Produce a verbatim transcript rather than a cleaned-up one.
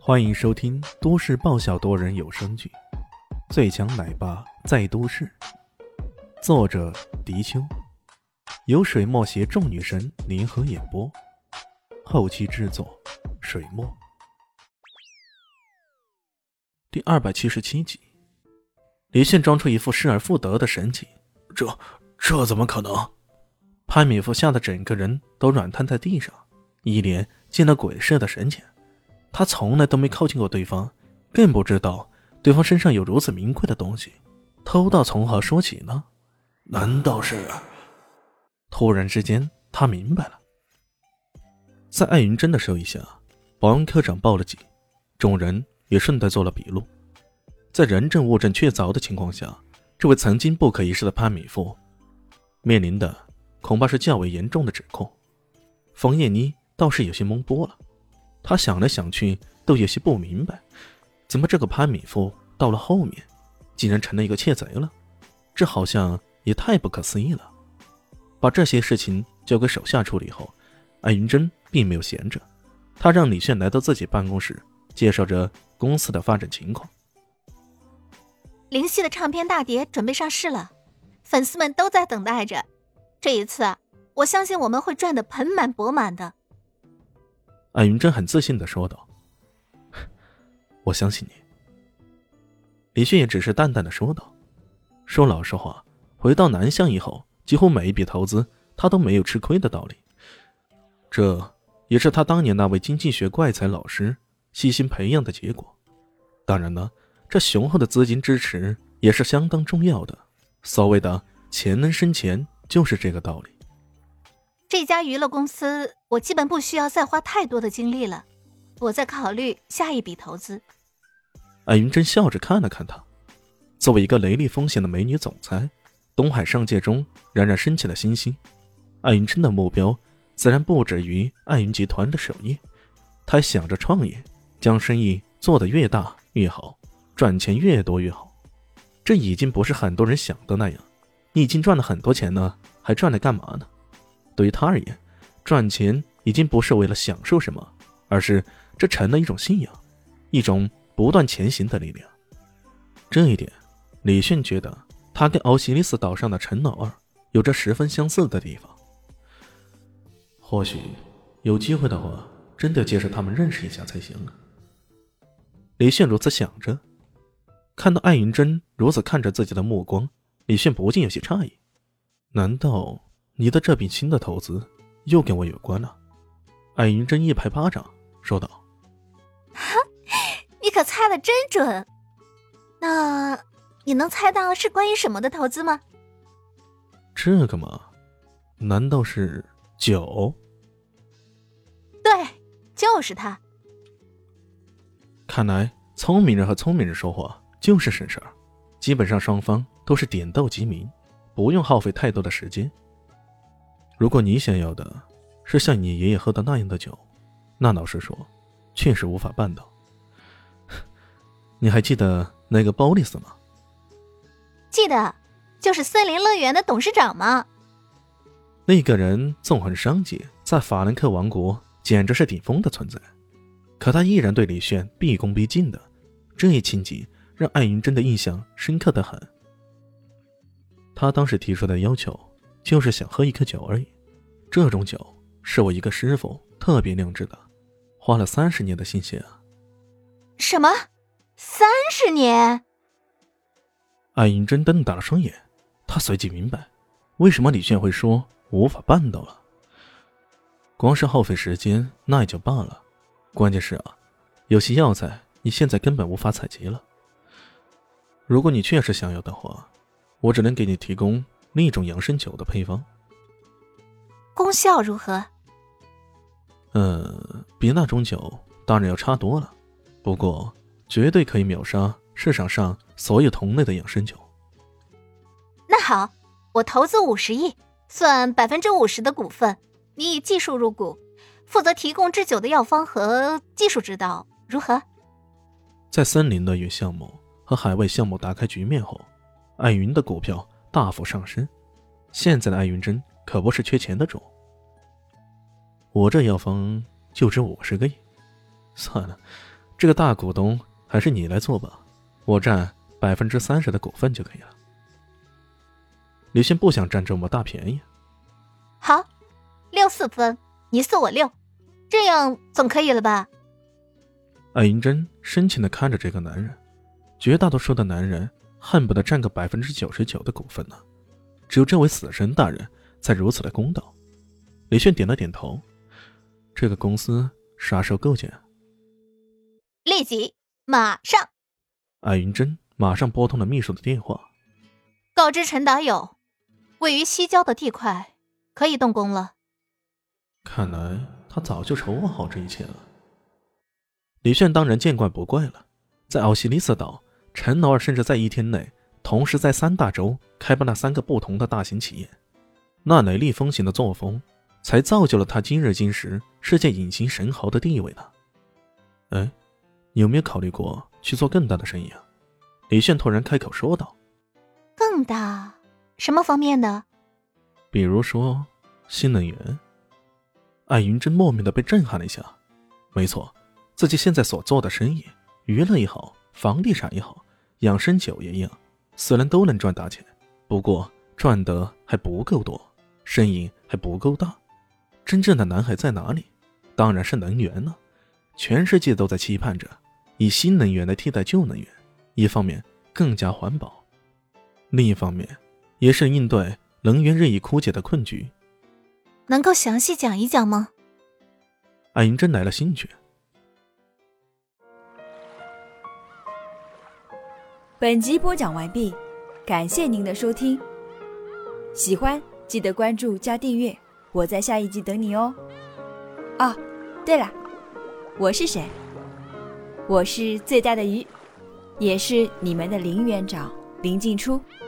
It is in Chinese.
欢迎收听都市爆笑多人有声剧《最强奶爸在都市》，作者：迪秋，由水墨携众女神联合演播，后期制作：水墨。第二百七十七集，李炫装出一副失而复得的神情， 这这怎么可能？ 潘米夫吓得整个人都软瘫在地上，一脸见了鬼似的神情。他从来都没靠近过对方，更不知道对方身上有如此名贵的东西，偷盗从何说起呢？ 难道是…… 突然之间他明白了。在艾云珍的授意下，保安科长报了警，众人也顺带做了笔录。在人证物证确凿的情况下，这位曾经不可一世的潘米夫面临的恐怕是较为严重的指控。冯燕妮倒是有些懵波了，他想来想去都有些不明白，怎么这个潘米夫到了后面竟然成了一个窃贼了，这好像也太不可思议了。把这些事情交给手下处理后，艾云珍并没有闲着，他让李炫来到自己办公室，介绍着公司的发展情况。 林夕的唱片大碟准备上市了，粉丝们都在等待着，这一次我相信我们会赚得盆满钵满的。 艾云珍很自信地说道：我相信你。李迅也只是淡淡地说道。说老实话，回到南向以后，几乎每一笔投资他都没有吃亏的道理，这也是他当年那位经济学怪才老师细心培养的结果。当然呢，这雄厚的资金支持也是相当重要的，所谓的钱能生钱就是这个道理。 这家娱乐公司我基本不需要再花太多的精力了，我在考虑下一笔投资。 艾云珍笑着看了看他，作为一个雷厉风行的美女总裁，东海商界中冉冉升起了新星。艾云珍的目标自然不止于艾云集团的首页，他想着创业，将生意做得越大越好，赚钱越多越好。这已经不是很多人想的那样，你已经赚了很多钱了，还赚来干嘛呢？对于他而言，赚钱已经不是为了享受什么，而是这成了一种信仰，一种不断前行的力量。这一点，李炫觉得他跟敖西里斯岛上的陈老二有着十分相似的地方。或许有机会的话，真的介绍他们认识一下才行啊。李炫如此想着，看到艾云珍如此看着自己的目光，李炫不禁有些诧异，难道你的这笔新的投资又跟我有关了？艾云珍一拍巴掌说道： 你可猜得真准，那你能猜到是关于什么的投资吗？ 这个嘛，难道是酒？ 对，就是他。 看来聪明人和聪明人说话就是省事儿，基本上双方都是点到即鸣，不用耗费太多的时间。如果你想要的是像你爷爷喝的那样的酒，那老实说确实无法办到。你还记得那个鲍利斯吗？ 记得，就是森林乐园的董事长吗？ 那个人纵横商界，在法兰克王国简直是顶峰的存在，可他依然对李炫毕恭毕敬的，这一情景让艾云珍的印象深刻得很。他当时提出的要求就是想喝一颗酒而已，这种酒是我一个师傅特别酿制的，花了三十年的心血啊。 什么？三十年？ 艾云珍瞪大了双眼，他随即明白为什么李炫会说无法办到了。光是耗费时间那也就罢了，关键是啊，有些药材你现在根本无法采集了。如果你确实想要的话，我只能给你提供另一种养生酒的配方。 功效如何？ 呃，比那种酒当然要差多了，不过绝对可以秒杀市场上所有同类的养生酒。 那好，我投资五十亿，算百分之五十的股份，你以技术入股，负责提供制酒的药方和技术指导，如何？ 在森林乐园项目和海外项目打开局面后，艾云的股票大幅上升，现在的艾云珍可不是缺钱的主。我这药方就值五十个亿，算了， 这个大股东还是你来做吧，我占百分之三十的股份就可以了。李炫不想占这么大便宜。 好，六四分，你四我六，这样总可以了吧？ 艾云珍深情地看着这个男人，绝大多数的男人恨不得占个百分之九十九的股份呢，只有这位死神大人才如此的公道。李炫点了点头，这个公司啥时候构建？ 立即，马上。 艾云珍马上拨通了秘书的电话， 告知陈达友，位于西郊的地块可以动工了。 看来他早就筹划好这一切了。李炫当然见怪不怪了，在奥西里斯岛，陈老二甚至在一天内同时在三大洲开办了三个不同的大型企业，那雷厉风行的作风才造就了他今日今时世界隐形神豪的地位呢。哎，你有没有考虑过去做更大的生意啊？李炫突然开口说道。 更大？什么方面的？ 比如说新能源。艾云珍莫名的被震撼了一下。没错，自己现在所做的生意，娱乐也好，房地产也好，养生酒也一样，虽然都能赚大钱，不过赚得还不够多，生意还不够大。真正的蓝海在哪里？当然是能源了。全世界都在期盼着以新能源来替代旧能源，一方面更加环保，另一方面也是应对能源日益枯竭的困局。 能够详细讲一讲吗？ 艾云珍来了兴趣。 本集播讲完毕，感谢您的收听。喜欢记得关注加订阅，我在下一集等你哦。哦，对了，我是谁？我是最大的鱼，也是你们的林园长林静初。